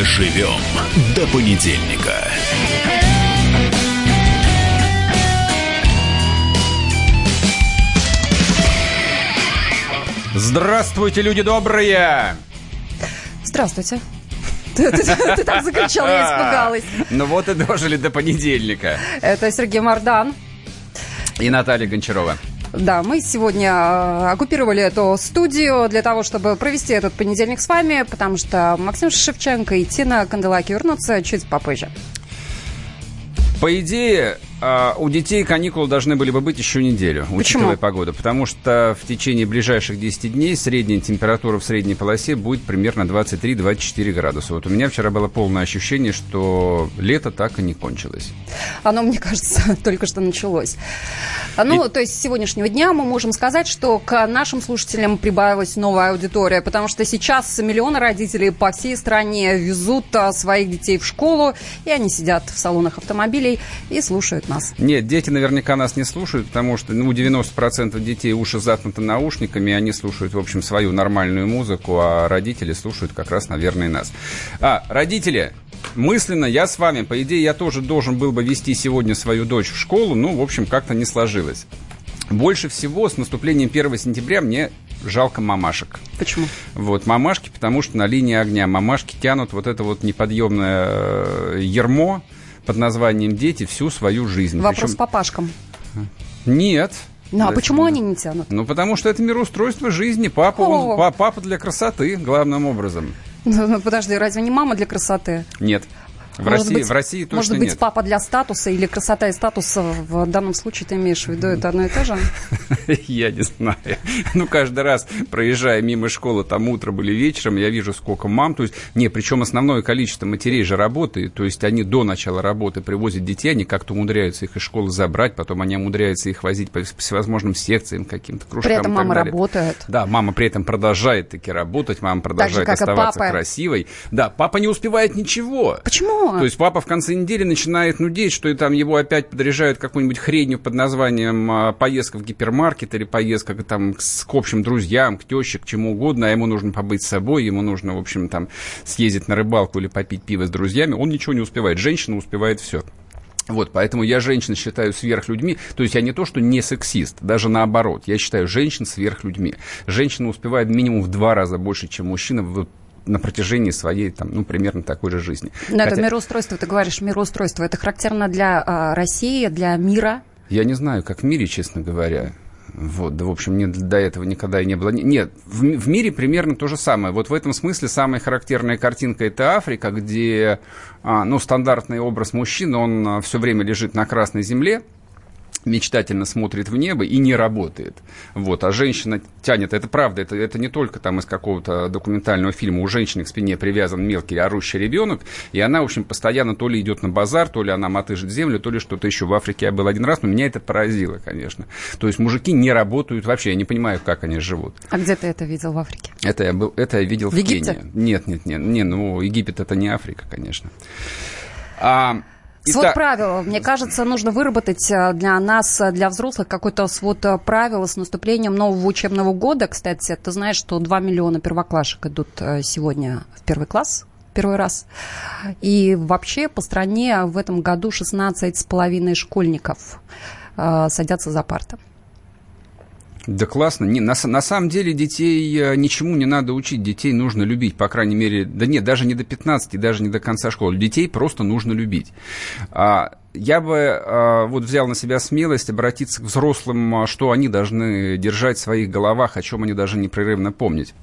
Доживем до понедельника. Здравствуйте, люди добрые! Здравствуйте. Ты так закричал, я испугалась. Ну вот и дожили до понедельника. Это Сергей Мардан. И Наталья Гончарова. Да, мы сегодня оккупировали эту студию для того, чтобы провести этот понедельник с вами, потому что Максим Шевченко и Тина Канделаки вернутся чуть попозже. По идее, у детей каникулы должны были бы быть еще неделю, учитывая погоду. Потому что в течение ближайших 10 дней средняя температура в средней полосе будет примерно 23-24 градуса. Вот у меня вчера было полное ощущение, что лето так и не кончилось. Оно, мне кажется, только что началось. То есть с сегодняшнего дня мы можем сказать, что к нашим слушателям прибавилась новая аудитория, потому что сейчас миллионы родителей по всей стране везут своих детей в школу, и они сидят в салонах автомобилей и слушают нас. Нет, дети наверняка нас не слушают, потому что 90% детей уши заткнуты наушниками, и они слушают, в общем, свою нормальную музыку, а родители слушают как раз, наверное, нас. Родители, мысленно я с вами, по идее, я тоже должен был бы вести сегодня свою дочь в школу, в общем, как-то не сложилось. Больше всего с наступлением 1 сентября мне жалко мамашек. Почему? Вот, мамашки, потому что на линии огня. Мамашки тянут вот это вот неподъемное ярмо под названием «Дети» всю свою жизнь. Вопрос папашкам. Нет. А почему они не тянут? Потому что это мироустройство жизни. Папа для красоты, главным образом. Подожди, разве не мама для красоты? Нет. В России точно нет. Может быть, папа для статуса или красота и статус в данном случае ты имеешь в виду, это одно и то же? Я не знаю. Каждый раз, проезжая мимо школы, там утром или вечером, я вижу, сколько мам. То есть, причем основное количество матерей же работает. То есть, они до начала работы привозят детей, они как-то умудряются их из школы забрать, потом они умудряются их возить по всевозможным секциям, каким-то кружкам. При этом мама работает. Да, мама при этом продолжает таки работать, мама продолжает оставаться красивой. Да, папа не успевает ничего. Почему? То есть папа в конце недели начинает нудеть, что там его опять подряжают какую-нибудь хренью под названием поездка в гипермаркет или поездка там к общим друзьям, к теще, к чему угодно, а ему нужно побыть с собой, ему нужно, в общем, там съездить на рыбалку или попить пиво с друзьями. Он ничего не успевает. Женщина успевает все. Вот, поэтому я женщин считаю сверхлюдьми. То есть я не то, что не сексист, даже наоборот. Я считаю женщин сверхлюдьми. Женщина успевает минимум в 2 раза больше, чем мужчина на протяжении своей, примерно такой же жизни. Но это мироустройство, ты говоришь, мироустройство. Это характерно для России, для мира? Я не знаю, как в мире, честно говоря. Вот, да, в общем, мне до этого никогда и не было. Нет, в мире примерно то же самое. Вот в этом смысле самая характерная картинка – это Африка, где, стандартный образ мужчины, он все время лежит на красной земле, мечтательно смотрит в небо и не работает. Вот, а женщина тянет, это правда, это не только там из какого-то документального фильма, у женщины к спине привязан мелкий орущий ребенок, и она, в общем, постоянно то ли идет на базар, то ли она мотыжит землю, то ли что-то еще. В Африке я был один раз, но меня это поразило, конечно. То есть мужики не работают вообще, я не понимаю, как они живут. А где ты это видел в Африке? Это я видел в Египте? Нет, Египет это не Африка, конечно. Свод правил. Мне кажется, нужно выработать для нас, для взрослых, какой-то свод правил с наступлением нового учебного года. Кстати, ты знаешь, что 2 миллиона первоклашек идут сегодня в первый класс, первый раз. И вообще по стране в этом году 16,5 школьников садятся за парты. Да классно. На самом деле детей ничему не надо учить. Детей нужно любить, по крайней мере... Да нет, даже не до 15, даже не до конца школы. Детей просто нужно любить. Я бы взял на себя смелость обратиться к взрослым, что они должны держать в своих головах, о чем они должны непрерывно помнить.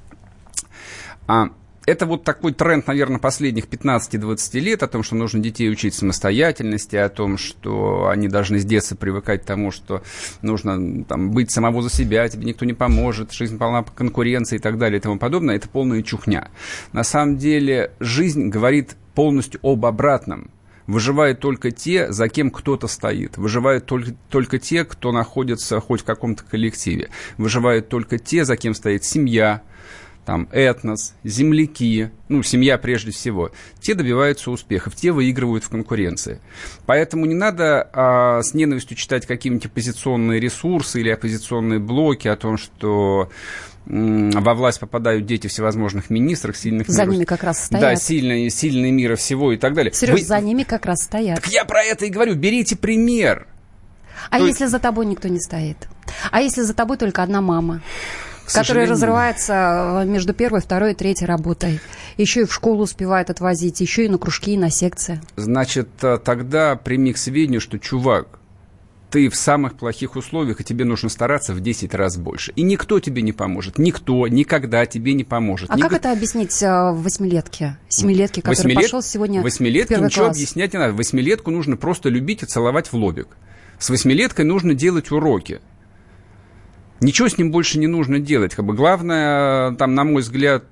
Это вот такой тренд, наверное, последних 15-20 лет, о том, что нужно детей учить самостоятельности, о том, что они должны с детства привыкать к тому, что нужно быть самого за себя, тебе никто не поможет, жизнь полна конкуренции и так далее и тому подобное. Это полная чухня. На самом деле жизнь говорит полностью об обратном. Выживают только те, за кем кто-то стоит. Выживают только те, кто находится хоть в каком-то коллективе. Выживают только те, за кем стоит семья, там, этнос, земляки, ну, семья прежде всего, те добиваются успехов, те выигрывают в конкуренции. Поэтому не надо с ненавистью читать какие-нибудь оппозиционные ресурсы или оппозиционные блоки о том, что во власть попадают дети всевозможных министров, сильных за миров. Ними как раз стоят. Да, сильные мира всего и так далее. Сереж, за ними как раз стоят. Так я про это и говорю, берите пример. А если за тобой никто не стоит? А если за тобой только одна мама, которая разрывается между первой, второй и третьей работой? Еще и в школу успевает отвозить, еще и на кружки, и на секции. Значит, тогда прими к сведению, что, чувак, ты в самых плохих условиях, и тебе нужно стараться в 10 раз больше. И никто тебе не поможет. Никто никогда тебе не поможет. А как это объяснить восьмилетке, семилетке, который пошел сегодня в первый класс? Восьмилетке ничего объяснять не надо. Восьмилетку нужно просто любить и целовать в лобик. С восьмилеткой нужно делать уроки. Ничего с ним больше не нужно делать. Как бы главное, там, на мой взгляд,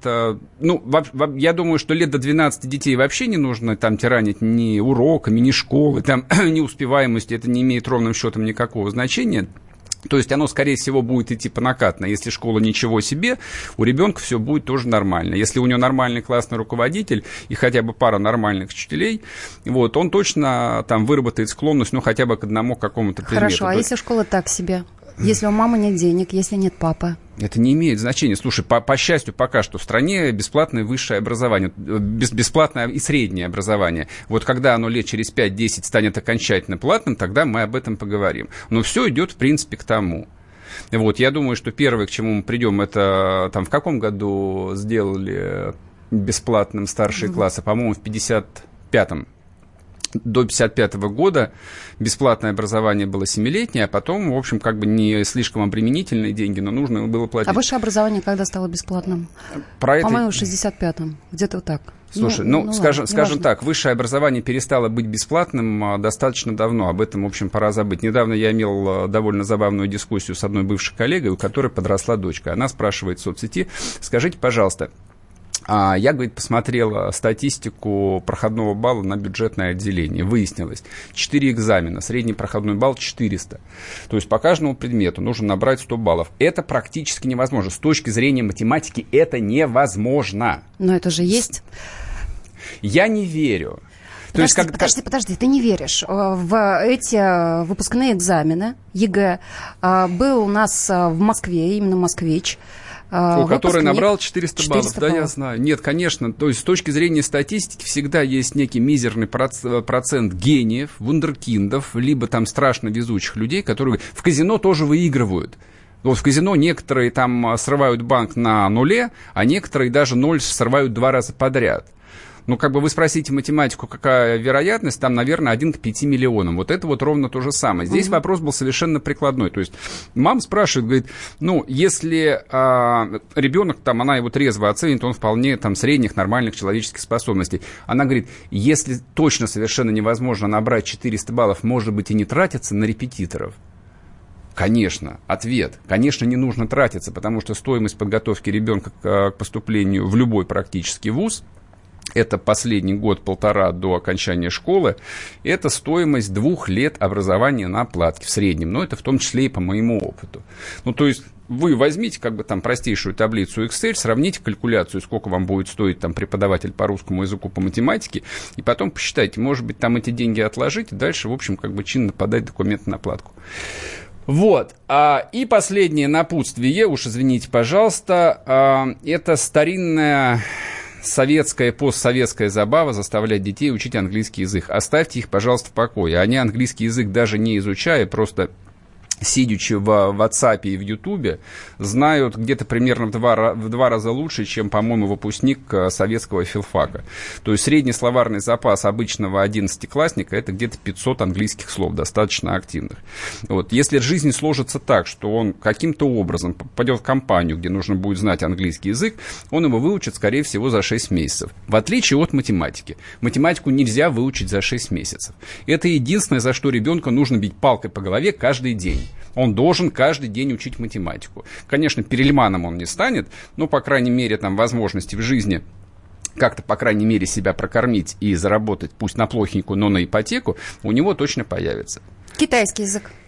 я думаю, что лет до 12 детей вообще не нужно там тиранить ни уроками, ни школы, там, ни успеваемости. Это не имеет ровным счетом никакого значения. То есть оно, скорее всего, будет идти по накатной. Если школа ничего себе, у ребенка все будет тоже нормально. Если у него нормальный классный руководитель и хотя бы пара нормальных учителей, вот, он точно там выработает склонность, хотя бы к одному какому-то предмету. Хорошо, а если школа так себе? Если у мамы нет денег, если нет папы? Это не имеет значения. Слушай, по счастью, пока что в стране бесплатное высшее образование, бесплатное и среднее образование. Вот когда оно лет через 5-10 станет окончательно платным, тогда мы об этом поговорим. Но все идет, в принципе, к тому. Вот, я думаю, что первое, к чему мы придем, это там в каком году сделали бесплатным старшие классы? По-моему, в 55-м. До 1955 года бесплатное образование было 7-летнее, а потом, в общем, как бы не слишком обременительные деньги, но нужно было платить. А высшее образование когда стало бесплатным? По-моему, в 65-м, где-то вот так. Слушай, скажем так, высшее образование перестало быть бесплатным достаточно давно. Об этом, в общем, пора забыть. Недавно я имел довольно забавную дискуссию с одной бывшей коллегой, у которой подросла дочка. Она спрашивает в соцсети: скажите, пожалуйста, я, говорит, посмотрел статистику проходного балла на бюджетное отделение. Выяснилось, 4 экзамена, средний проходной балл 400. То есть по каждому предмету нужно набрать 100 баллов. Это практически невозможно. С точки зрения математики это невозможно. Но это же есть. Я не верю. Подожди, ты не веришь. В эти выпускные экзамены ЕГЭ был у нас в Москве, именно москвич, который набрал 400 баллов. Да, баллов. Я знаю. Нет, конечно, то есть с точки зрения статистики всегда есть некий мизерный процент гениев, вундеркиндов, либо там страшно везучих людей, которые в казино тоже выигрывают. Вот в казино некоторые там срывают банк на нуле, а некоторые даже ноль срывают 2 раза подряд. Ну, как бы вы спросите математику, какая вероятность, там, наверное, 1 к 5 миллионам. Вот это вот ровно то же самое. Здесь вопрос был совершенно прикладной. То есть мама спрашивает, говорит, если ребенок, там, она его трезво оценит, он вполне там средних, нормальных человеческих способностей. Она говорит, если точно совершенно невозможно набрать 400 баллов, может быть, и не тратиться на репетиторов. Конечно, ответ. Конечно, не нужно тратиться, потому что стоимость подготовки ребенка к поступлению в любой практически вуз, это последний год-полтора до окончания школы, это стоимость 2 лет образования на платке в среднем. Но это в том числе и по моему опыту. Ну, то есть вы возьмите как бы там простейшую таблицу Excel, сравните калькуляцию, сколько вам будет стоить там преподаватель по русскому языку, по математике, и потом посчитайте, может быть, там эти деньги отложить, и дальше, в общем, как бы чинно подать документы на платку. Вот. И последнее напутствие, уж извините, пожалуйста, это старинная советская, постсоветская забава заставлять детей учить английский язык. Оставьте их, пожалуйста, в покое. Они английский язык даже не изучая, просто сидячи в WhatsApp и в YouTube, знают где-то примерно в два раза лучше, чем, по-моему, выпускник советского филфака. То есть средний словарный запас обычного 11-классника это где-то 500 английских слов, достаточно активных. Вот. Если жизнь сложится так, что он каким-то образом попадет в компанию, где нужно будет знать английский язык, он его выучит, скорее всего, за 6 месяцев. В отличие от математики. Математику нельзя выучить за 6 месяцев. Это единственное, за что ребенка нужно бить палкой по голове каждый день. Он должен каждый день учить математику. Конечно, перельманом он не станет, но, по крайней мере, там возможности в жизни как-то, по крайней мере, себя прокормить и заработать, пусть на плохенькую, но на ипотеку, у него точно появится. Китайский язык.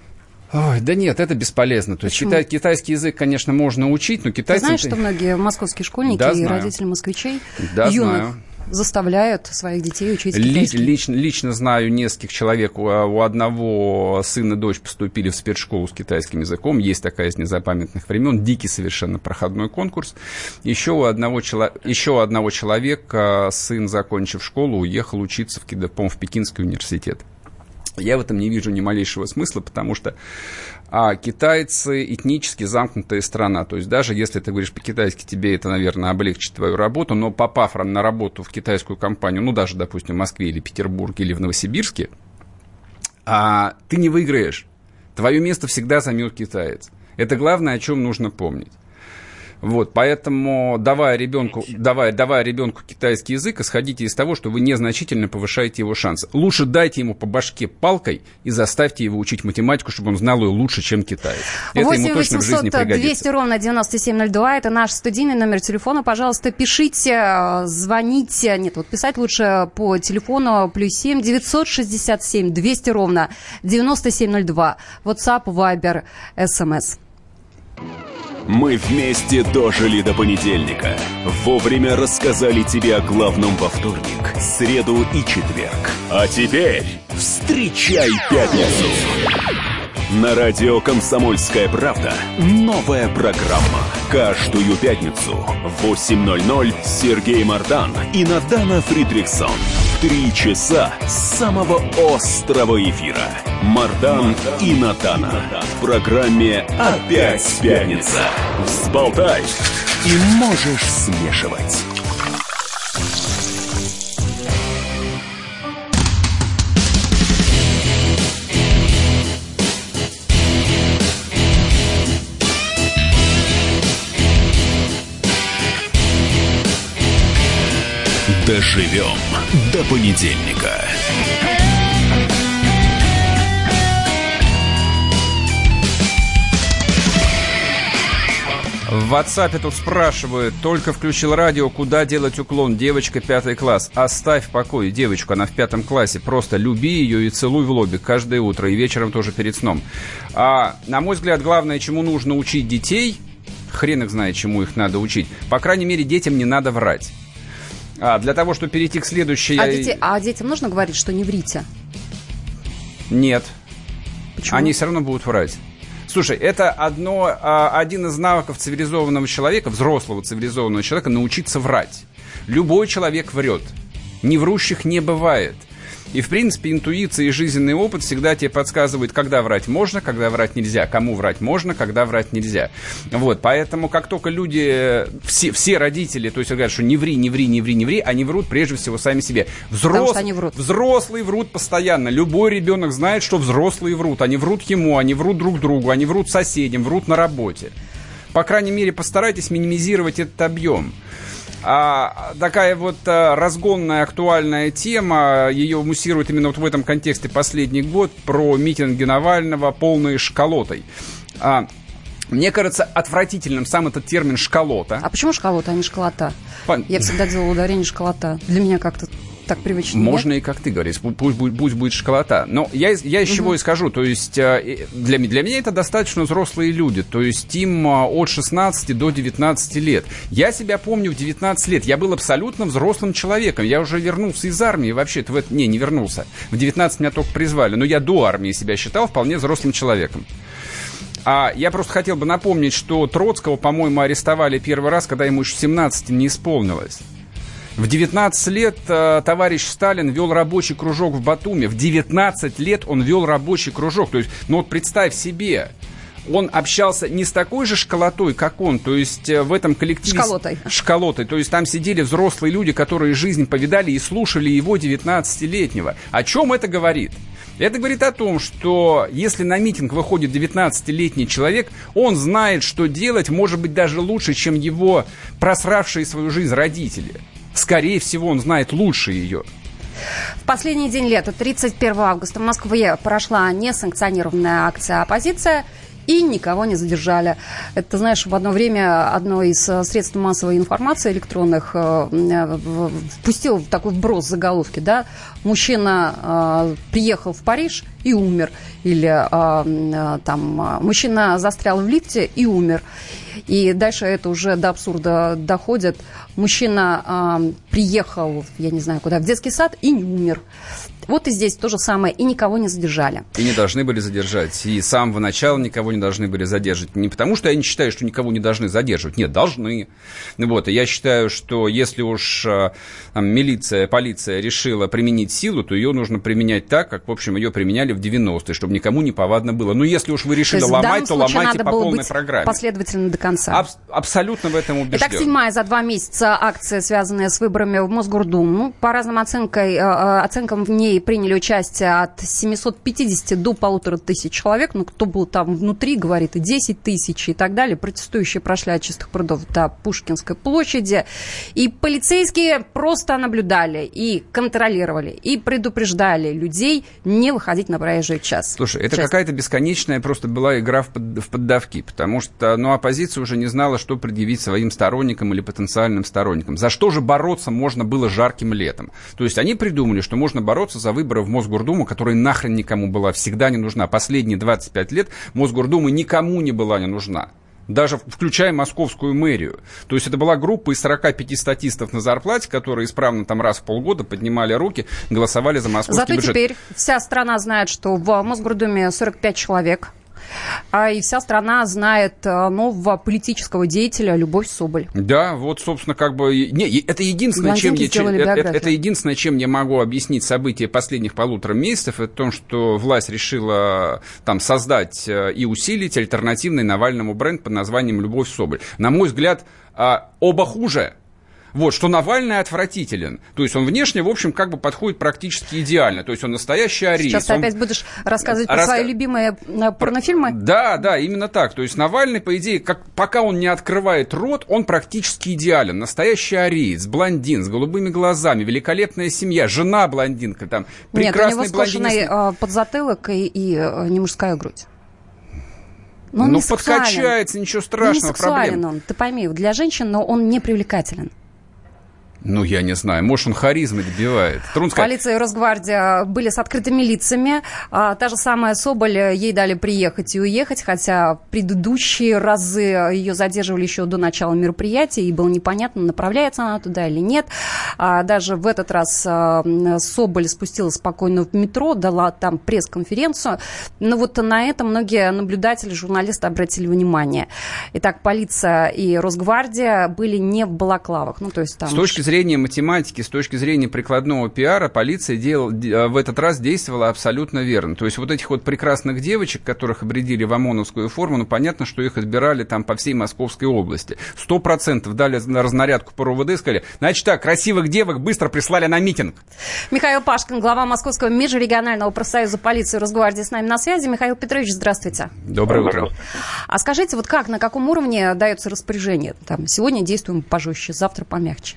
Ой, да нет, это бесполезно. То есть китайский язык, конечно, можно учить, но китайцам... Ты знаешь, что многие московские школьники и родители москвичей юных заставляют своих детей учить китайский? Лично знаю нескольких человек. У одного сына и дочь поступили в спецшколу с китайским языком. Есть такая из незапамятных времен. Дикий совершенно проходной конкурс. Еще у одного человека сын, закончив школу, уехал учиться в Пекинский университет. Я в этом не вижу ни малейшего смысла, потому что китайцы этнически замкнутая страна. То есть даже если ты говоришь по-китайски, тебе это, наверное, облегчит твою работу, но попав на работу в китайскую компанию, ну даже, допустим, в Москве или Петербурге или в Новосибирске, ты не выиграешь. Твое место всегда займет китаец. Это главное, о чем нужно помнить. Вот, поэтому, давая ребенку китайский язык, исходите из того, что вы незначительно повышаете его шансы. Лучше дайте ему по башке палкой и заставьте его учить математику, чтобы он знал ее лучше, чем китаец. Это ему точно в жизни пригодится. 8-800-200-97-02, это наш студийный номер телефона. Пожалуйста, пишите, звоните. Нет, вот писать лучше по телефону +7 967 200-97-02. WhatsApp, Viber, SMS. Мы вместе дожили до понедельника. Вовремя рассказали тебе о главном во вторник, среду и четверг. А теперь встречай пятницу. На радио «Комсомольская правда» новая программа. Каждую пятницу в 8:00 Сергей Мардан и Надана Фридрихсон. 3 часа самого острого эфира. Мардан и Надана. В программе «Опять пятница». Взболтай и можешь смешивать. Доживем до понедельника. В WhatsApp тут спрашивают, только включил радио, куда делать уклон? Девочка 5 класс. Оставь в покое девочку, она в 5 классе. Просто люби ее и целуй в лобик каждое утро и вечером тоже перед сном. На мой взгляд, главное, чему нужно учить детей, хрен их знает, чему их надо учить. По крайней мере, детям не надо врать. Для того, чтобы перейти к следующей... детям нужно говорить, что не врите? Нет. Почему? Они все равно будут врать. Слушай, это один из навыков цивилизованного человека, взрослого цивилизованного человека, научиться врать. Любой человек врет. Неврущих не бывает. И, в принципе, интуиция и жизненный опыт всегда тебе подсказывают, когда врать можно, когда врать нельзя, кому врать можно, когда врать нельзя. Вот, поэтому, как только люди, все родители, то есть говорят, что не ври, не ври, не ври, не ври, они врут прежде всего сами себе. Взрослые врут постоянно. Любой ребенок знает, что взрослые врут. Они врут ему, они врут друг другу, они врут соседям, врут на работе. По крайней мере, постарайтесь минимизировать этот объем. Такая вот разгонная, актуальная тема, ее муссирует именно вот в этом контексте последний год, про митинги Навального, полные школотой. Мне кажется отвратительным сам этот термин «школота». А почему школота, а не школота? Я всегда делала ударение «школота». Для меня как-то так привычно. Можно нет? И как ты говоришь, пусть будет школота. Но я из чего и скажу, то есть для меня это достаточно взрослые люди, то есть им от 16 до 19 лет. Я себя помню в 19 лет, я был абсолютно взрослым человеком, я уже вернулся из армии, вообще-то не вернулся. В 19 меня только призвали, но я до армии себя считал вполне взрослым человеком. Я просто хотел бы напомнить, что Троцкого, по-моему, арестовали первый раз, когда ему еще 17 не исполнилось. В 19 лет товарищ Сталин вел рабочий кружок в Батуми. В 19 лет он вел рабочий кружок. То есть, вот представь себе, он общался не с такой же школотой, как он. То есть в этом коллективе... Школотой. То есть там сидели взрослые люди, которые жизнь повидали и слушали его 19-летнего. О чем это говорит? Это говорит о том, что если на митинг выходит 19-летний человек, он знает, что делать, может быть, даже лучше, чем его просравшие свою жизнь родители. Скорее всего, он знает лучше ее. В последний день лета, 31 августа, в Москве прошла несанкционированная акция «Оппозиция», и никого не задержали. Это, знаешь, в одно время одно из средств массовой информации электронных впустил такой вброс заголовки, да? Мужчина приехал в Париж и умер. Или там мужчина застрял в лифте и умер. И дальше это уже до абсурда доходит. Мужчина приехал, я не знаю куда, в детский сад и не умер. Вот и здесь то же самое, и никого не задержали. И не должны были задержать. И с самого начала никого не должны были задерживать. Не потому, что я не считаю, что никого не должны задерживать. Нет, должны. Вот. И я считаю, что если уж там, милиция, полиция решила применить силу, то ее нужно применять так, как, в общем, ее применяли в 90-е, чтобы никому не повадно было. Но если уж вы решили ломать, то ломайте по полной программе. Последовательно до конца. Абсолютно в этом убежден. Итак, 7-я за 2 месяца акция, связанная с выборами в Мосгордуму. По разным оценкам в ней приняли участие от 750 до 1500 человек. Ну, кто был там внутри, говорит, и 10 тысяч и так далее. Протестующие прошли от Чистых прудов до Пушкинской площади. И полицейские просто наблюдали и контролировали, и предупреждали людей не выходить на проезжую часть. Слушай, это какая-то бесконечная просто была игра в поддавки, потому что оппозиция уже не знала, что предъявить своим сторонникам или потенциальным сторонникам. За что же бороться можно было жарким летом? То есть они придумали, что можно бороться за выборы в Мосгордуму, которая нахрен никому была всегда не нужна. Последние 25 лет Мосгордума никому не была не нужна. Даже включая московскую мэрию. То есть это была группа из 45 статистов на зарплате, которые исправно там раз в полгода поднимали руки, голосовали за московский бюджет. Зато теперь вся страна знает, что в Мосгордуме 45 человек. И вся страна знает нового политического деятеля Любовь Соболь. Да, вот, собственно, как бы... это единственное, чем я могу объяснить события последних 1,5 месяцев, это то, что власть решила там создать и усилить альтернативный Навальному бренд под названием Любовь Соболь. На мой взгляд, оба хуже. Вот, что Навальный отвратителен. То есть он внешне, в общем, как бы подходит практически идеально. То есть он настоящий ариец. Сейчас ты опять будешь рассказывать про свои любимые порнофильмы? Да, именно так. То есть Навальный, по идее, пока он не открывает рот, он практически идеален. Настоящий ариец, блондин, с голубыми глазами, великолепная семья, жена блондинка, там, прекрасный блондин. Нет, у него скошенный подзатылок и не мужская грудь. Ну, подкачается, ничего страшного, не сексуален он, ты пойми, для женщин, но он не привлекателен. Ну, я не знаю, может, он харизмой добивает. Полиция и Росгвардия были с открытыми лицами. Та же самая Соболь, ей дали приехать и уехать, хотя предыдущие разы ее задерживали еще до начала мероприятия, и было непонятно, направляется она туда или нет. Даже в этот раз Соболь спустилась спокойно в метро, дала там пресс-конференцию. Но вот на это многие наблюдатели, журналисты обратили внимание. Итак, полиция и Росгвардия были не в балаклавах. Ну, то есть там... С точки зрения математики, с точки зрения прикладного пиара, полиция в этот раз действовала абсолютно верно. То есть вот этих вот прекрасных девочек, которых обрядили в ОМОНовскую форму, ну, понятно, что их отбирали там по всей Московской области. 100% дали на разнарядку по РОВД, сказали, значит так, красивых девок быстро прислали на митинг. Михаил Пашкин, глава Московского межрегионального профсоюза полиции Росгвардии, с нами на связи. Михаил Петрович, здравствуйте. Доброе утро. А скажите, вот как, на каком уровне дается распоряжение? Там, сегодня действуем пожестче, завтра помягче.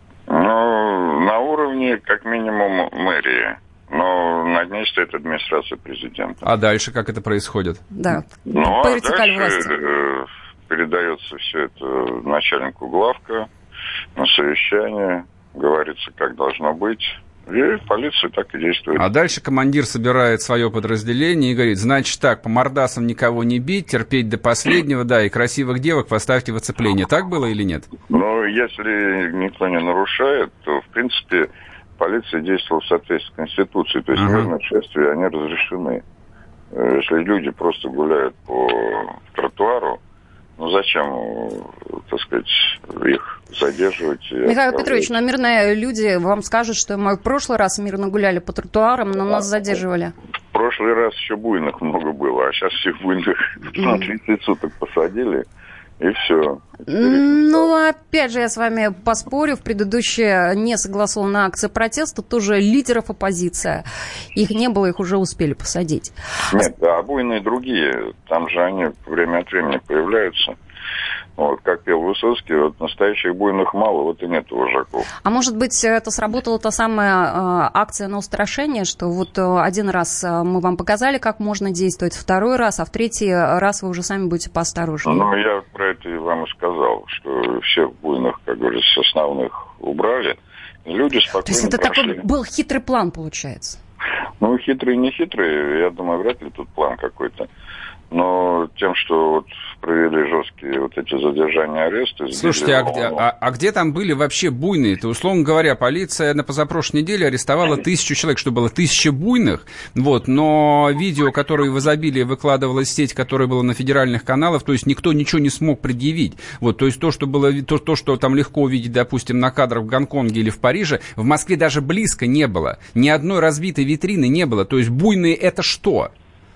Ну, на уровне, как минимум, мэрии. Но над ней стоит администрация президента. А дальше как это происходит? Да, ну, а дальше передается все это начальнику главка на совещание, говорится, как должно быть. И полиция так и действует. А дальше командир собирает свое подразделение и говорит, значит так, по мордасам никого не бить, терпеть до последнего, да, и красивых девок поставьте в оцепление. Так было или нет? Ну, если никто не нарушает, то, в принципе, полиция действовала в соответствии с Конституцией. То есть мирные шествия, они разрешены. Если люди просто гуляют по тротуару, ну, зачем, так сказать, их задерживать? Михаил Петрович, но мирные люди вам скажут, что мы в прошлый раз мирно гуляли по тротуарам, но нас задерживали. В прошлый раз еще буйных много было, а сейчас всех буйных на 30 суток посадили, и все. Ну, опять же, я с вами поспорю. В предыдущие несогласованные акции протеста тоже лидеров оппозиция. Их не было, их уже успели посадить. Нет, а буйные другие. Там же они время от времени появляются. Вот, как пел Высоцкий, вот настоящих буйных мало, вот и нет вожаков. А может быть, это сработала та самая акция на устрашение, что вот один раз мы вам показали, как можно действовать, второй раз, а в третий раз вы уже сами будете поосторожнее? Ну, я про это и вам и сказал, что всех буйных, как говорится, основных убрали. Люди спокойно То есть это прошли. такой был хитрый план, получается? Ну, хитрый, не хитрый, я думаю, вряд ли тут план какой-то. Но тем, что вот провели жесткие вот эти задержания, аресты... Слушайте, а где там были вообще буйные? То, условно говоря, полиция на позапрошлой неделе арестовала 1000 человек, что было 1000 буйных, вот, но видео, которое в изобилии выкладывалось в сеть, которое было на федеральных каналах, то есть никто ничего не смог предъявить. Вот, то есть то, что там легко увидеть, допустим, на кадрах в Гонконге или в Париже, в Москве даже близко не было. Ни одной разбитой витрины не было. То есть буйные это что?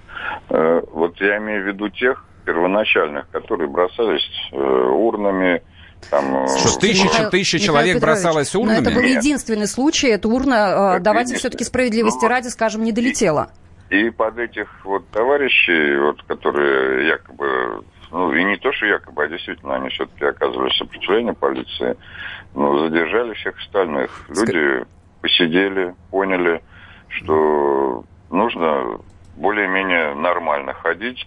Вот я имею в виду тех первоначальных, которые бросались урнами. Там, что, тысяча человек бросалось урнами? Но это был единственный случай. Эта урна, давайте все-таки справедливости ради скажем, не долетела. И под этих вот товарищей, вот, которые якобы, ну и не то, что якобы, а действительно они все-таки оказывали сопротивление полиции, ну, задержали всех остальных. Люди посидели, поняли, что нужно более-менее нормально ходить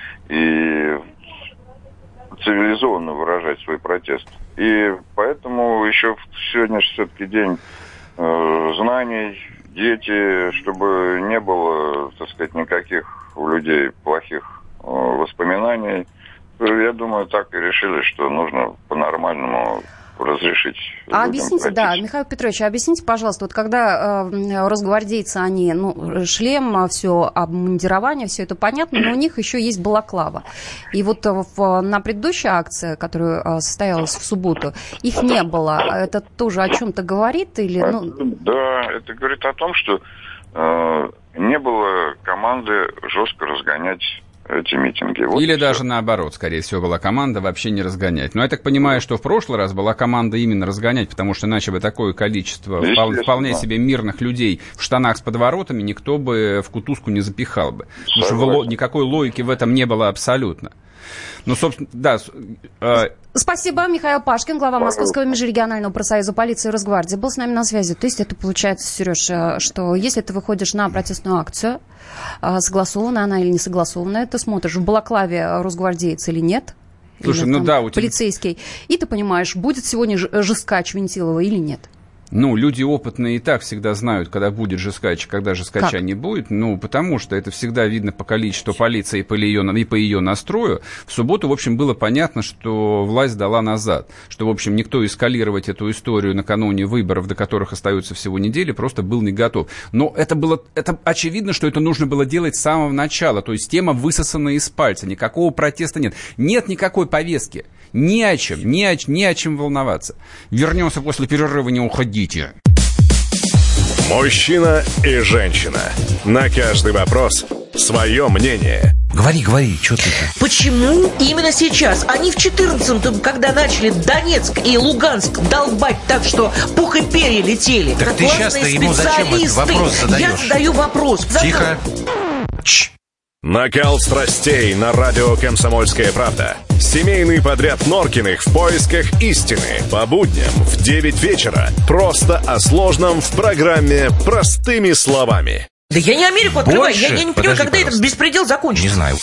и цивилизованно выражать свой протест. И поэтому еще сегодня все-таки день знаний, дети, чтобы не было, так сказать, никаких у людей плохих воспоминаний. Я думаю, так и решили, что нужно по-нормальному разрешить. А объясните, да, Михаил Петрович, объясните, пожалуйста, вот когда росгвардейцы, они, шлем, все, обмундирование, все это понятно, но у них еще есть балаклава. И вот на предыдущей акции, которая состоялась в субботу, их не было. Это тоже о чем-то говорит? Или, Да, это говорит о том, что не было команды жестко разгонять эти митинги. Вот или даже наоборот, скорее всего, была команда вообще не разгонять. Но я так понимаю, что в прошлый раз была команда именно разгонять, потому что иначе бы такое количество вполне себе мирных людей в штанах с подворотами никто бы в кутузку не запихал бы. Потому что никакой логики в этом не было абсолютно. Ну, собственно, да. Спасибо. Михаил Пашкин, глава Московского межрегионального профсоюза полиции и Росгвардии, был с нами на связи. То есть это получается, Сереж, что если ты выходишь на протестную акцию, согласована она или не согласована, ты смотришь, в балаклаве росгвардеец или нет, слушай, или, ну да, у тебя... полицейский, и ты понимаешь, будет сегодня жесткач Вентилова или нет. Ну, люди опытные и так всегда знают, когда будет жесткач, когда жесткача не будет. Ну, потому что это всегда видно по количеству полиции и по ее настрою. В субботу, в общем, было понятно, что власть дала назад. Что, в общем, никто эскалировать эту историю накануне выборов, до которых остается всего недели, просто был не готов. Но это очевидно, что это нужно было делать с самого начала. То есть тема высосана из пальца. Никакого протеста нет. Нет никакой повестки. Ни о чем волноваться. Вернемся после перерыва, не уходите. Мужчина и женщина. На каждый вопрос свое мнение. Говори, что ты? Почему именно сейчас? Они в 14-м, когда начали Донецк и Луганск долбать так, что пух и перья летели. Так ты сейчас-то ему зачем этот вопрос задаешь? Я задаю вопрос. Тихо. Накал страстей на радио «Комсомольская правда». Семейный подряд Норкиных в поисках истины. По будням в 9 вечера. Просто о сложном в программе «Простыми словами». Да я не Америку открываю. Я не понимаю, когда пожалуйста. Этот беспредел закончится. Не знаю.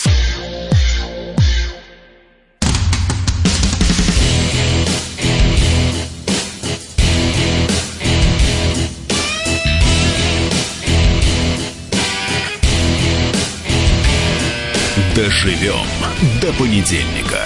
Доживем до понедельника.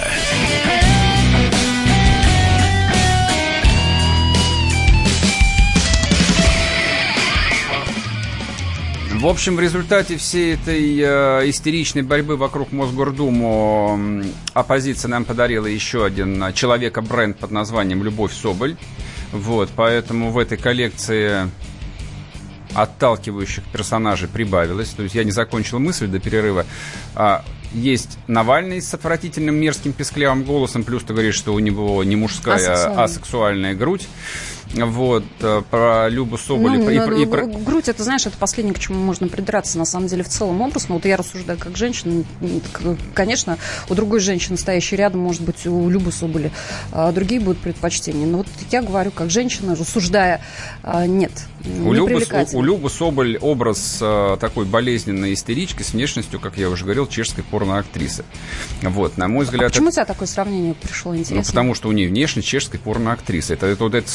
В общем, в результате всей этой истеричной борьбы вокруг Мосгордуму оппозиция нам подарила еще один человека-бренд под названием Любовь Соболь. Вот, поэтому в этой коллекции отталкивающих персонажей прибавилось. То есть я не закончил мысль до перерыва. Есть Навальный с отвратительным мерзким песклявым голосом, плюс ты говоришь, что у него не мужская, а сексуальная грудь. Вот, про Любу Соболь. Грудь, это, знаешь, это последнее, к чему можно придраться, на самом деле, в целом образ. Но вот я рассуждаю как женщина. Конечно, у другой женщины, стоящей рядом, может быть, у Любы Соболи другие будут предпочтения. Но вот я говорю как женщина, рассуждая, нет, у Любы Соболь образ такой болезненной истерички с внешностью, как я уже говорил, чешской порноактрисы. Вот, на мой взгляд... Почему у тебя такое сравнение пришло, интересно? Ну, потому что у нее внешность чешской порноактрисы. Это совершенно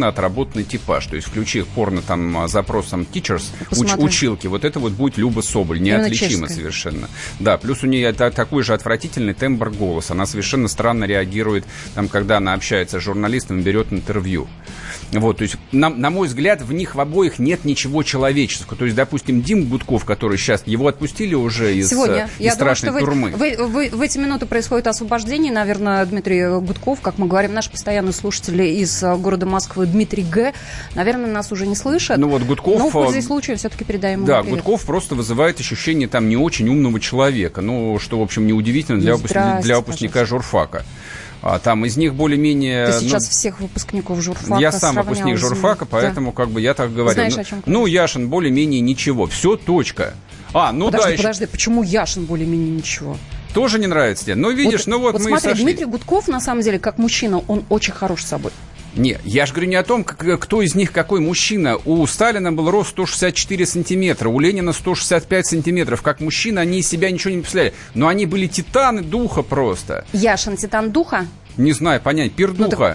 совершенно отработанный типаж. То есть включи порно там запросом teachers, училки, вот это вот будет Люба Соболь, неотличимо совершенно. Да, плюс у нее такой же отвратительный тембр голоса. Она совершенно странно реагирует, там, когда она общается с журналистом и берет интервью. Вот, то есть, на мой взгляд, в них в обоих нет ничего человеческого. То есть, допустим, Дим Гудков, который сейчас, его отпустили уже из страшной турмы. В эти минуты происходит освобождение. Наверное, Дмитрий Гудков, как мы говорим, наш постоянный слушатель из города Москвы Дмитрий Г., наверное, нас уже не слышит. Ну вот Гудков... Но в пользу случая все-таки передаем ему да, привет. Гудков просто вызывает ощущение там не очень умного человека. Ну, что, в общем, неудивительно для выпускника журфака. Там из них более-менее... Ты сейчас всех выпускников журфака Я сам выпускник журфака, поэтому как бы я так говорю. Знаешь, о чем Яшин более-менее ничего. Все, точка. Подожди, почему Яшин более-менее ничего? Тоже не нравится тебе? Ну, видишь, вот мы смотри, и сошли. Дмитрий Гудков, на самом деле, как мужчина, он очень хорош собой. Не, я же говорю не о том, кто из них какой мужчина. У Сталина был рост 164 сантиметра, у Ленина 165 сантиметров. Как мужчина они из себя ничего не представляли. Но они были титаны духа просто. Яшин титан духа? Не знаю, понять, пир духа.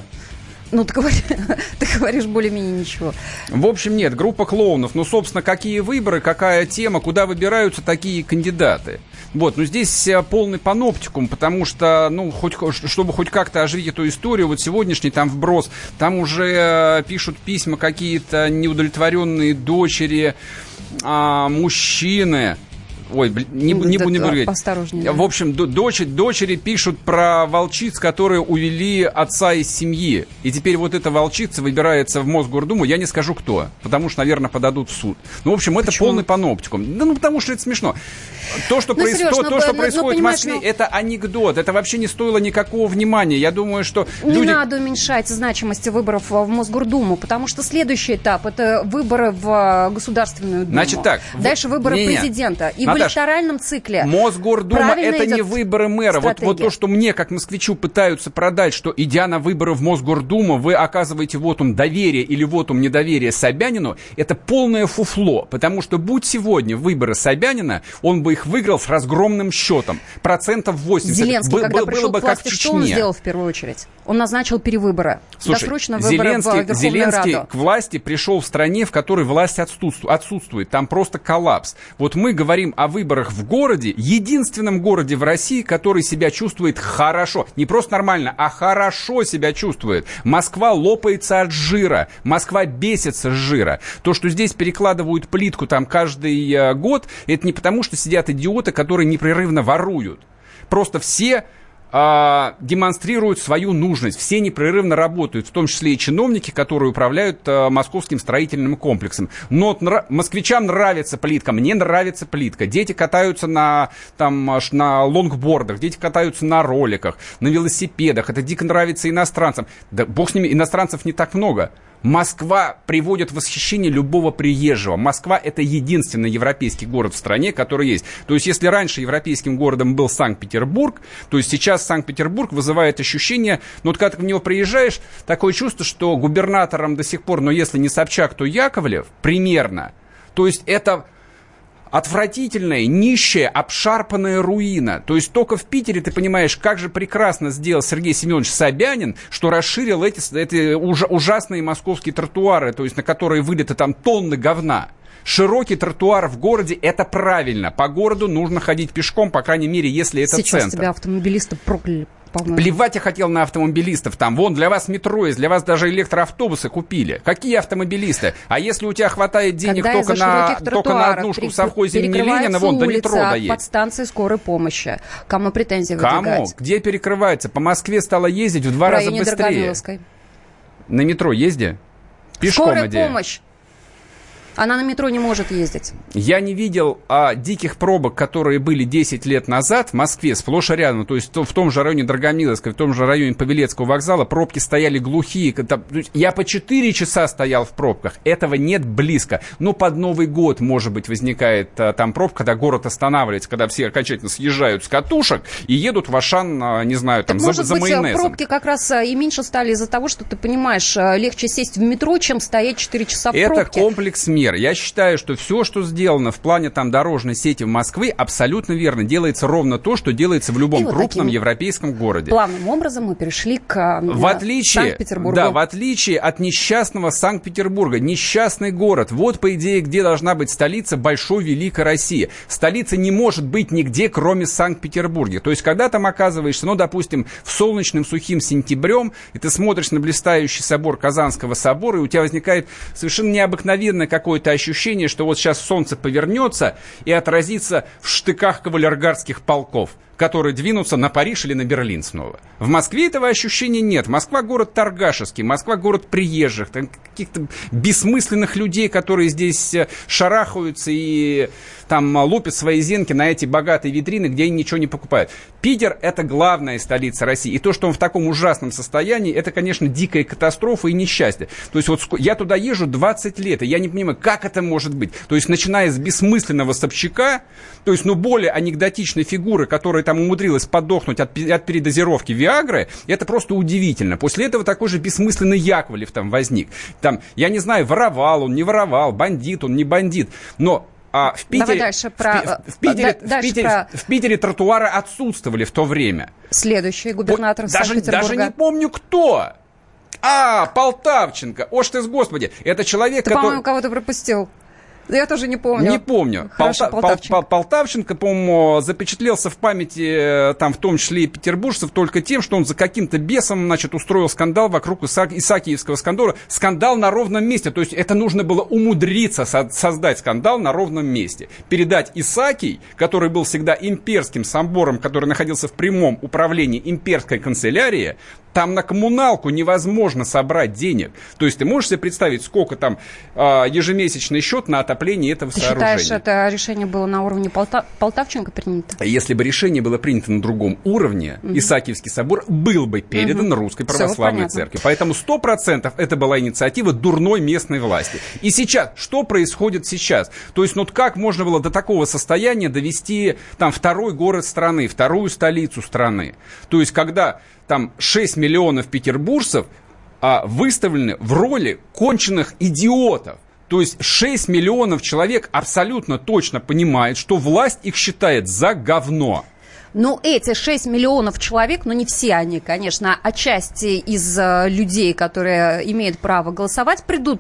Ты говоришь более-менее ничего. В общем, нет, группа клоунов. Собственно, какие выборы, какая тема, куда выбираются такие кандидаты. Вот, здесь полный паноптикум, потому что, чтобы хоть как-то оживить эту историю, вот сегодняшний там вброс, там уже пишут письма какие-то неудовлетворенные дочери, мужчины. Ой, не буду говорить. Осторожнее. В общем, дочери пишут про волчиц, которые увели отца из семьи. И теперь вот эта волчица выбирается в Мосгордуму. Я не скажу, кто. Потому что, наверное, подадут в суд. В общем, это полный паноптикум. Да, потому что это смешно. То, что происходит в Москве, это анекдот. Это вообще не стоило никакого внимания. Я думаю, что не надо уменьшать значимость выборов в Мосгордуму, потому что следующий этап – это выборы в Государственную Думу. Значит так. Дальше выборы президента. И в электоральном цикле Мосгордума – это не выборы мэра. Вот то, что мне, как москвичу, пытаются продать, что, идя на выборы в Мосгордуму, вы оказываете вотум доверия или вотум недоверия Собянину, это полное фуфло. Потому что, будь сегодня выборы Собянина, он бы их выиграл с разгромным счетом. 80%. Зеленский, когда пришел к власти, что он сделал в первую очередь? Он назначил перевыборы. Слушай, Зеленский к власти пришел в стране, в которой власть отсутствует. Там просто коллапс. Вот мы говорим о выборах в городе, единственном городе в России, который себя чувствует хорошо. Не просто нормально, а хорошо себя чувствует. Москва лопается от жира. Москва бесится с жира. То, что здесь перекладывают плитку там каждый год, это не потому, что сидят идиоты, которые непрерывно воруют. Просто все демонстрируют свою нужность. Все непрерывно работают, в том числе и чиновники, которые управляют московским строительным комплексом. Но москвичам нравится плитка, мне нравится плитка. Дети катаются на лонгбордах, дети катаются на роликах, на велосипедах. Это дико нравится иностранцам. Да бог с ними, иностранцев не так много. Москва приводит в восхищение любого приезжего. Москва – это единственный европейский город в стране, который есть. То есть, если раньше европейским городом был Санкт-Петербург, то есть сейчас Санкт-Петербург вызывает ощущение, когда ты в него приезжаешь, такое чувство, что губернатором до сих пор, если не Собчак, то Яковлев, примерно. То есть, это отвратительная, нищая, обшарпанная руина. То есть только в Питере ты понимаешь, как же прекрасно сделал Сергей Семенович Собянин, что расширил эти ужасные московские тротуары, то есть на которые вылиты там тонны говна. Широкий тротуар в городе – это правильно. По городу нужно ходить пешком, по крайней мере, если это сейчас центр. Сейчас тебя автомобилисты прокляли. По-моему. Плевать я хотел на автомобилистов. Там, для вас метро есть, для вас даже электроавтобусы купили. Какие автомобилисты? А если у тебя хватает денег только на однушку в совхозе имени Ленина, до метро доедь. Под станцией скорой помощи. Кому претензии выдвигать? Кому? Где перекрывается? По Москве стало ездить в 2 раза быстрее. На метро езди. Пешком скорая иди. Помощь. Она на метро не может ездить. Я не видел диких пробок, которые были 10 лет назад в Москве, сплошь и рядом. То есть в том же районе Драгомиловской, в том же районе Павелецкого вокзала пробки стояли глухие. Я по 4 часа стоял в пробках. Этого нет близко. Под Новый год, может быть, возникает там пробка, когда город останавливается, когда все окончательно съезжают с катушек и едут в Ашан, не знаю, там, за майонезом. Может быть, пробки как раз и меньше стали из-за того, что ты понимаешь, легче сесть в метро, чем стоять 4 часа в пробке. Это комплекс мер. пример. Я считаю, что все, что сделано в плане там дорожной сети в Москве, абсолютно верно. Делается ровно то, что делается в любом крупном европейском городе. Плавным образом мы перешли к Санкт-Петербургу. Да, в отличие от несчастного Санкт-Петербурга. Несчастный город. Вот, по идее, где должна быть столица большой, великой России. Столица не может быть нигде, кроме Санкт-Петербурга. То есть, когда там оказываешься, ну, допустим, в солнечным сухим сентябрем, и ты смотришь на блистающий собор Казанского собора, и у тебя возникает совершенно необыкновенное какое-то ощущение, что вот сейчас солнце повернется и отразится в штыках кавалергардских полков, которые двинутся на Париж или на Берлин снова. В Москве этого ощущения нет. Москва город торгашевский, Москва город приезжих, там каких-то бессмысленных людей, которые здесь шарахаются и там лупят свои зенки на эти богатые витрины, где они ничего не покупают. Питер – это главная столица России. И то, что он в таком ужасном состоянии, это, конечно, дикая катастрофа и несчастье. То есть вот я туда езжу 20 лет, и я не понимаю, как это может быть. То есть начиная с бессмысленного Собчака, то есть, ну, более анекдотичной фигуры, которая там умудрилась подохнуть от передозировки Виагры, это просто удивительно. После этого такой же бесмысленный Яковлев там возник. Там, я не знаю, воровал он, не воровал, бандит он, не бандит, но... в Питере тротуары отсутствовали в то время. Следующий губернатор Санкт-Петербурга. Даже не помню, кто. Полтавченко. О, ж ты, господи. Это человек, который... по-моему, кого-то пропустил. Я тоже не помню. Не помню. Хорошо, Полтавченко, по-моему, запечатлелся в памяти, там, в том числе и петербуржцев, только тем, что он за каким-то бесом, значит, устроил скандал вокруг Исаакиевского скандала. Скандал на ровном месте. То есть это нужно было умудриться создать скандал на ровном месте. Передать Исаакий, который был всегда имперским собором, который находился в прямом управлении имперской канцелярии, там на коммуналку невозможно собрать денег. То есть ты можешь себе представить, сколько там ежемесячный счет на отопление этого сооружения. Ты считаешь, это решение было на уровне Полтавченко принято? Если бы решение было принято на другом уровне, Исаакиевский собор был бы передан Русской Православной Церкви. Поэтому 100% это была инициатива дурной местной власти. И сейчас, что происходит сейчас? То есть, ну как можно было до такого состояния довести там второй город страны, вторую столицу страны? То есть, когда там 6 миллионов петербуржцев выставлены в роли конченых идиотов. То есть 6 миллионов человек абсолютно точно понимают, что власть их считает за говно. Ну, эти 6 миллионов человек, не все они, конечно, а части из людей, которые имеют право голосовать, придут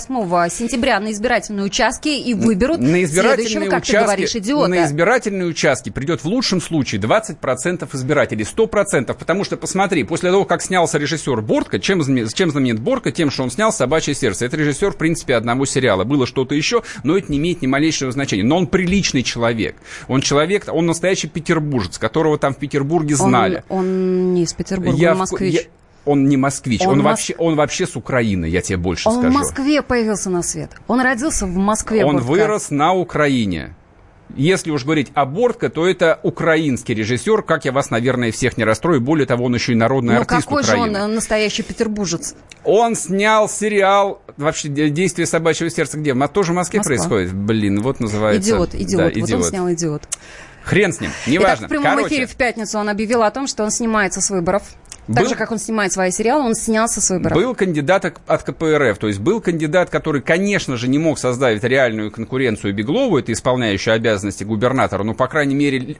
8 сентября на избирательные участки и выберут следующего, как ты говоришь, идиота. На избирательные участки придет в лучшем случае 20% избирателей, 100%, потому что, посмотри, после того, как снялся режиссер Бортко, чем знаменит Бортко? Тем, что он снял «Собачье сердце». Это режиссер, в принципе, одного сериала. Было что-то еще, но это не имеет ни малейшего значения. Но он приличный человек. Он настоящий петербуржец, которого там в Петербурге знали. Он не из Петербурга, он москвич. Он не москвич, он вообще с Украины, я тебе больше скажу. Он в Москве появился на свет. Он родился в Москве. Он вырос на Украине. Если уж говорить о Бортко, то это украинский режиссер, как я вас, наверное, всех не расстрою. Более того, он еще и народный артист Украины. Но какой же он настоящий петербуржец? Он снял сериал, вообще, «Действие собачьего сердца» где? Тоже в Москве происходит? Блин, вот называется... «Идиот». Да, «Идиот». Вот он снял «Идиот». Хрен с ним, неважно. Итак, в прямом эфире в пятницу он объявил о том, что он снимается с выборов. Так же, как он снимает свои сериалы, он снялся с выборов. Был кандидат от КПРФ, то есть был кандидат, который, конечно же, не мог создать реальную конкуренцию Беглову, это исполняющий обязанности губернатора, но, по крайней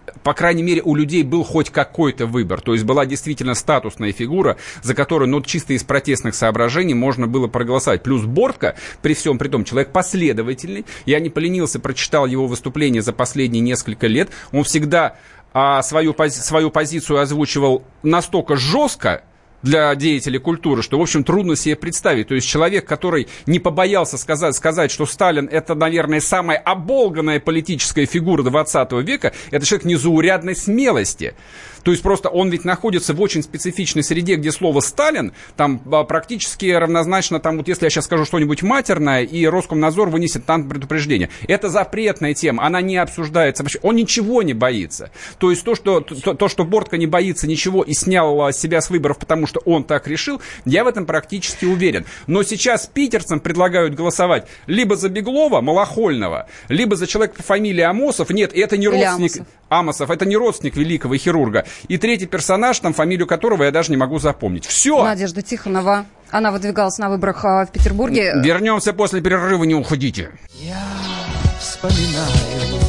мере, у людей был хоть какой-то выбор. То есть была действительно статусная фигура, за которую, чисто из протестных соображений можно было проголосовать. Плюс Бортко, при всем при том, человек последовательный. Я не поленился, прочитал его выступления за последние несколько лет. Он всегда... свою позицию озвучивал настолько жестко для деятелей культуры, что, в общем, трудно себе представить. То есть человек, который не побоялся сказать, что Сталин — это, наверное, самая оболганная политическая фигура 20 века, это человек незаурядной смелости. То есть просто он ведь находится в очень специфичной среде, где слово «Сталин» там практически равнозначно, там, вот если я сейчас скажу что-нибудь матерное, и Роскомнадзор вынесет там предупреждение. Это запретная тема, она не обсуждается. Он ничего не боится. То есть то, что Бортко не боится ничего и снял себя с выборов, потому что он так решил, я в этом практически уверен. Но сейчас питерцам предлагают голосовать либо за Беглова, малохольного, либо за человека по фамилии Амосов. Нет, это не родственник... Амосов, это не родственник великого хирурга. И третий персонаж, там фамилию которого я даже не могу запомнить. Все. Надежда Тихонова. Она выдвигалась на выборах в Петербурге. Вернемся после перерыва, не уходите. Я вспоминаю,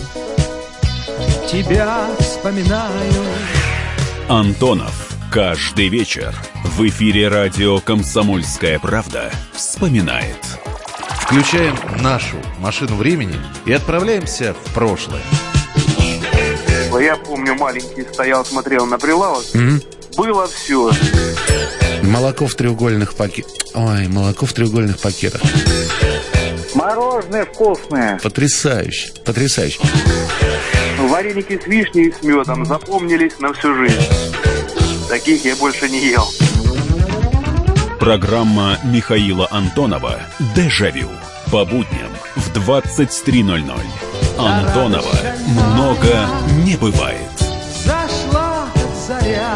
тебя вспоминаю. Антонов. Каждый вечер в эфире радио «Комсомольская правда» вспоминает. Включаем нашу машину времени и отправляемся в прошлое. Я помню, маленький стоял, смотрел на прилавок. Было все. Молоко в треугольных пакетах. Ой, молоко в треугольных пакетах. Мороженое вкусное. Потрясающе, потрясающе. Вареники с вишней и с медом запомнились на всю жизнь. Таких я больше не ел. Программа Михаила Антонова «Дежавю». По будням в 23:00. Антонова много не бывает. Зашла заря.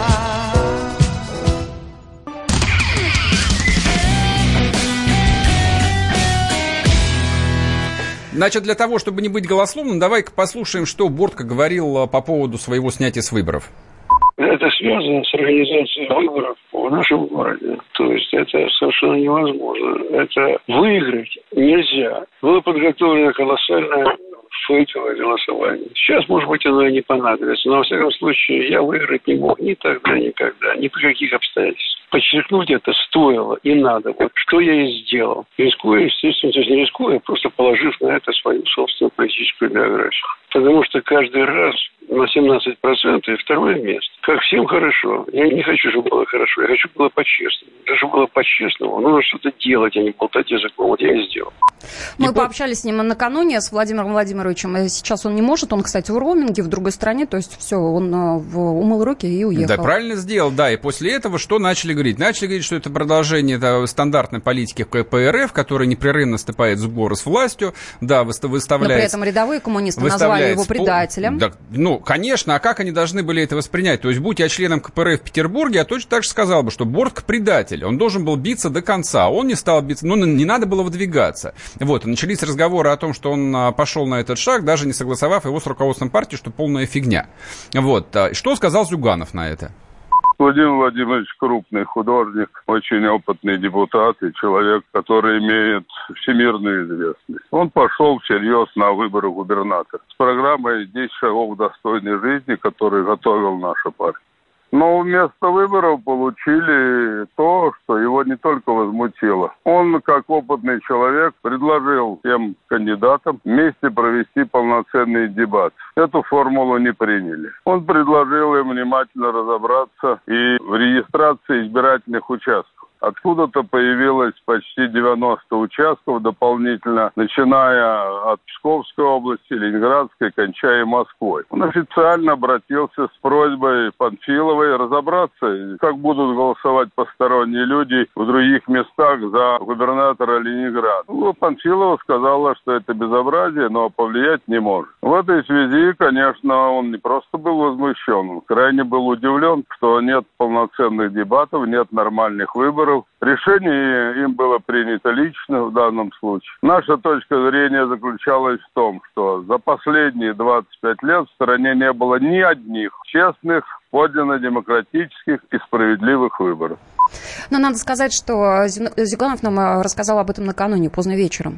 Значит, для того, чтобы не быть голословным, давай-ка послушаем, что Бортко говорил по поводу своего снятия с выборов. Это связано с организацией выборов в нашем городе. То есть это совершенно невозможно. Это выиграть нельзя. Было подготовлено колоссальное фейковое голосование. Сейчас, может быть, оно и не понадобится. Но, во всяком случае, я выиграть не мог ни тогда, никогда, ни при каких обстоятельствах. Подчеркнуть это стоило и надо. Вот что я и сделал. Рискуя, естественно, то есть не рискуя, просто положив на это свою собственную политическую биографию. Потому что каждый раз на 17% и второе место. Как всем хорошо. Я не хочу, чтобы было хорошо. Я хочу, чтобы было по-честному. Чтобы было по-честному, нужно что-то делать, а не болтать языком. Вот я и сделал. Мы пообщались с ним накануне, с Владимиром Владимировичем. Сейчас он не может. Он, кстати, в роуминге, в другой стране. То есть все, он умыл руки и уехал. Да, правильно сделал. Да, и после этого что начали говорить? Начали говорить, что это продолжение стандартной политики КПРФ, которая непрерывно вступает в сговор с властью. Да, выставляет... Но при этом рядовые коммунисты назвали его предателем. Да, ну, конечно, а как они должны были это воспринять? То есть, будь я членом КПРФ в Петербурге, я точно так же сказал бы, что Бортко предатель. Он должен был биться до конца. Он не стал биться, ну, не надо было выдвигаться. Вот, и начались разговоры о том, что он пошел на этот шаг, даже не согласовав его с руководством партии, что полная фигня. Вот. Что сказал Зюганов на это? Владимир Владимирович крупный художник, очень опытный депутат и человек, который имеет всемирную известность. Он пошел всерьез на выборы губернатора с программой «10 шагов достойной жизни», которую готовил наша партия. Но вместо выборов получили то, что его не только возмутило. Он, как опытный человек, предложил всем кандидатам вместе провести полноценный дебат. Эту формулу не приняли. Он предложил им внимательно разобраться и в регистрации избирательных участков. Откуда-то появилось почти 90 участков дополнительно, начиная от Псковской области, Ленинградской, кончая Москвой. Он официально обратился с просьбой Панфиловой разобраться, как будут голосовать посторонние люди в других местах за губернатора Ленинграда. Ну, Панфилова сказала, что это безобразие, но повлиять не может. В этой связи, конечно, он не просто был возмущен, он крайне был удивлен, что нет полноценных дебатов, нет нормальных выборов. Решение им было принято лично в данном случае. Наша точка зрения заключалась в том, что за последние 25 лет в стране не было ни одних честных, подлинно демократических и справедливых выборов. Но надо сказать, что Зюганов нам рассказал об этом накануне, поздно вечером.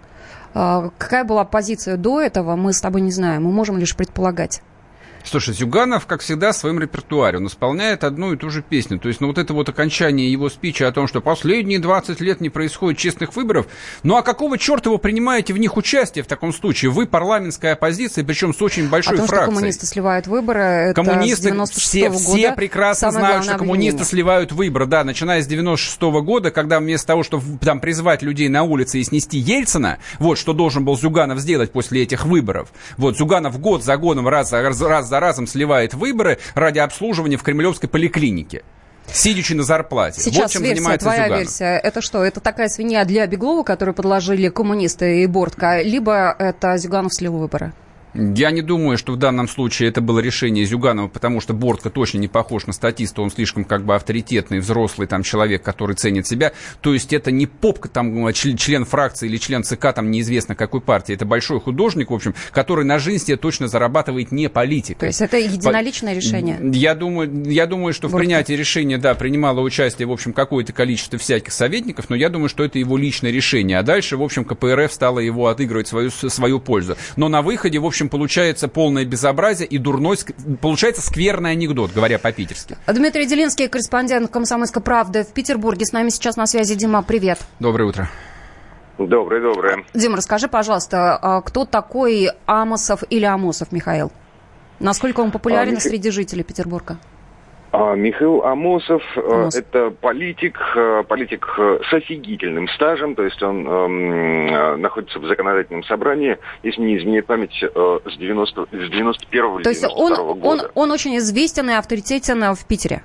Какая была позиция до этого, мы с тобой не знаем, мы можем лишь предполагать. Слушай, Зюганов, как всегда, в своем репертуаре, он исполняет одну и ту же песню. То есть, ну, вот это вот окончание его спича о том, что последние 20 лет не происходит честных выборов. Ну, а какого черта вы принимаете в них участие в таком случае? Вы парламентская оппозиция, причем с очень большой фракцией. Что коммунисты сливают выборы, это коммунисты, с 96-го года. Все прекрасно знают, что коммунисты сливают выборы. Да, начиная с 96-го года, когда вместо того, чтобы там призвать людей на улице и снести Ельцина, вот, что должен был Зюганов сделать после этих выборов. Вот, Зюганов год за годом, раз за разом сливает выборы ради обслуживания в кремлевской поликлинике, сидячи на зарплате. Сейчас вот чем версия, занимается твоя Зюганов. версия, это что? Это такая свинья для Беглова, которую подложили коммунисты и Бортко, либо это Зюганов слил выборы? Я не думаю, что в данном случае это было решение Зюганова, потому что Бортко точно не похож на статиста, он слишком как бы авторитетный, взрослый там человек, который ценит себя. То есть это не попка, там, член фракции или член ЦК, там, неизвестно какой партии. Это большой художник, в общем, который на жизнь себе точно зарабатывает не политикой. То есть это единоличное решение? Я думаю, что в принятии решения, да, принимало участие, в общем, какое-то количество всяких советников, но я думаю, что это его личное решение. А дальше, в общем, КПРФ стала его отыгрывать в свою пользу. Но на выходе, в общем, получается полное безобразие и дурной, получается скверный анекдот, говоря по-питерски. Дмитрий Делинский, корреспондент «Комсомольской правды» в Петербурге. С нами сейчас на связи Дима. Привет. Доброе утро. Доброе. Дима, расскажи, пожалуйста, кто такой Амосов или Амосов Михаил? Насколько он популярен среди жителей Петербурга? Михаил Амосов – это политик с офигительным стажем, то есть он находится в законодательном собрании, если не изменяет память, с 91-го или 92-го года. То есть он очень известен и авторитетен в Питере?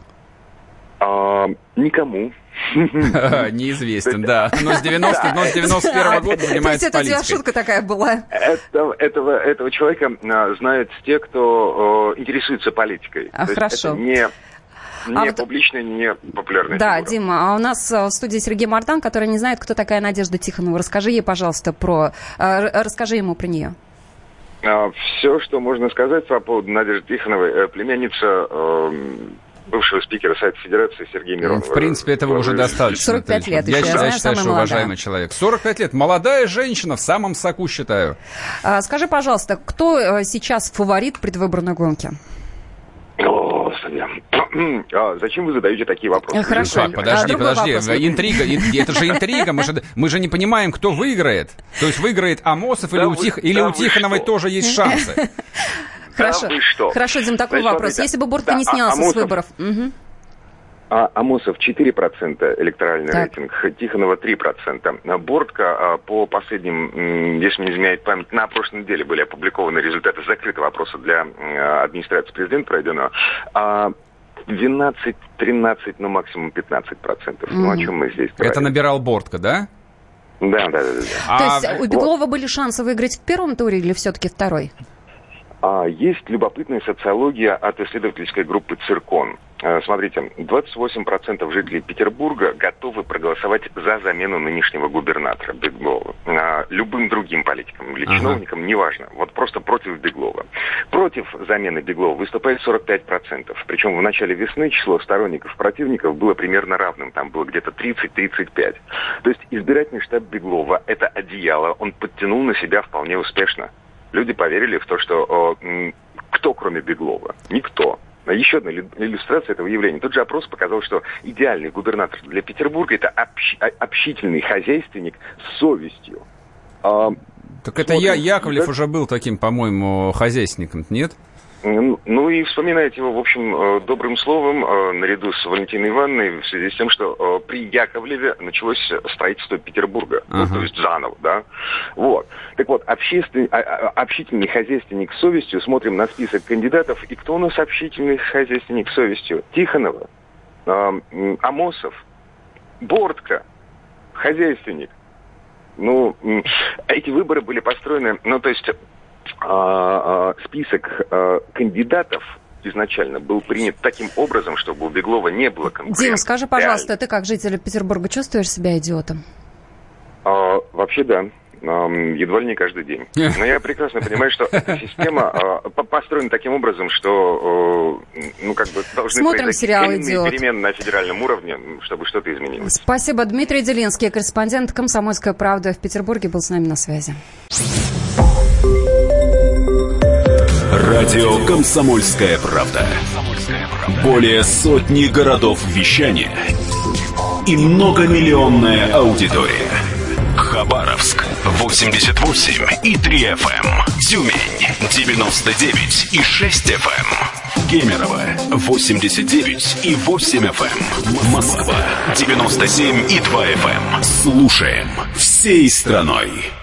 Никому. Неизвестен, да. Но с 91-го года занимается политикой. Это у тебя шутка такая была. Этого человека знают те, кто интересуется политикой. Хорошо. Не публичная, не популярная фигура. Да, фигура. Дима, а у нас в студии Сергей Мартан, который не знает, кто такая Надежда Тихонова. Расскажи ей, пожалуйста, расскажи ему про нее. Все, что можно сказать по поводу Надежды Тихоновой, племянница бывшего спикера Совета Федерации Сергея Миронова. В принципе, этого уже достаточно. 45 лет. Я считаю, что уважаемый человек. 45 лет. Молодая женщина в самом соку, считаю. Скажи, пожалуйста, кто сейчас фаворит предвыборной гонки? Господи. Зачем вы задаете такие вопросы? Хорошо. Подожди. Интрига. Это же интрига. Мы же не понимаем, кто выиграет. То есть выиграет Амосов или у Тихоновой тоже есть шансы. Хорошо, Дим, такой вопрос. Если бы Бортко не снялся с выборов... Амосов 4% электоральный рейтинг, Тихонова 3%. Бортко по последним, если не изменяет память, на прошлой неделе были опубликованы результаты закрытого опроса для администрации президента проведенного. 12-13, ну максимум 15%. Ну о чем мы здесь говорим? Это набирал Бортко, да? Да. То есть у Беглова были шансы выиграть в первом туре или все-таки второй? Есть любопытная социология от исследовательской группы «Циркон». Смотрите, 28% жителей Петербурга готовы проголосовать за замену нынешнего губернатора Беглова. Любым другим политикам или чиновникам, неважно. Вот просто против Беглова. Против замены Беглова выступает 45%. Причем в начале весны число сторонников противников было примерно равным. Там было где-то 30-35. То есть избирательный штаб Беглова – это одеяло. Он подтянул на себя вполне успешно. Люди поверили в то, что кто, кроме Беглова? Никто. Еще одна иллюстрация этого явления. Тот же опрос показал, что идеальный губернатор для Петербурга – это общительный хозяйственник с совестью. Так это Яковлев уже был таким, по-моему, хозяйственником, нет? Ну и вспоминайте его, в общем, добрым словом, наряду с Валентиной Ивановной, в связи с тем, что при Яковлеве началось строительство Петербурга, то есть заново, да. Вот. Так вот, общительный хозяйственник с совестью, смотрим на список кандидатов, и кто у нас общительный хозяйственник с совестью? Тихонова, Амосов, Бортко, хозяйственник. Ну, эти выборы были построены, то есть... список кандидатов изначально был принят таким образом, чтобы у Беглова не было конкурентов. Дима, скажи, пожалуйста, ты как житель Петербурга чувствуешь себя идиотом? Вообще, да. Едва ли не каждый день. Но я прекрасно понимаю, что эта система построена таким образом, что должны произойти перемены на федеральном уровне, чтобы что-то изменилось. Спасибо. Дмитрий Делинский, корреспондент «Комсомольской правды» в Петербурге, был с нами на связи. Радио «Комсомольская правда». Более сотни городов вещания и многомиллионная аудитория. Хабаровск 88,3 FM. Тюмень 99,6 FM. Кемерово 89,8 FM. Москва 97,2 FM. Слушаем всей страной.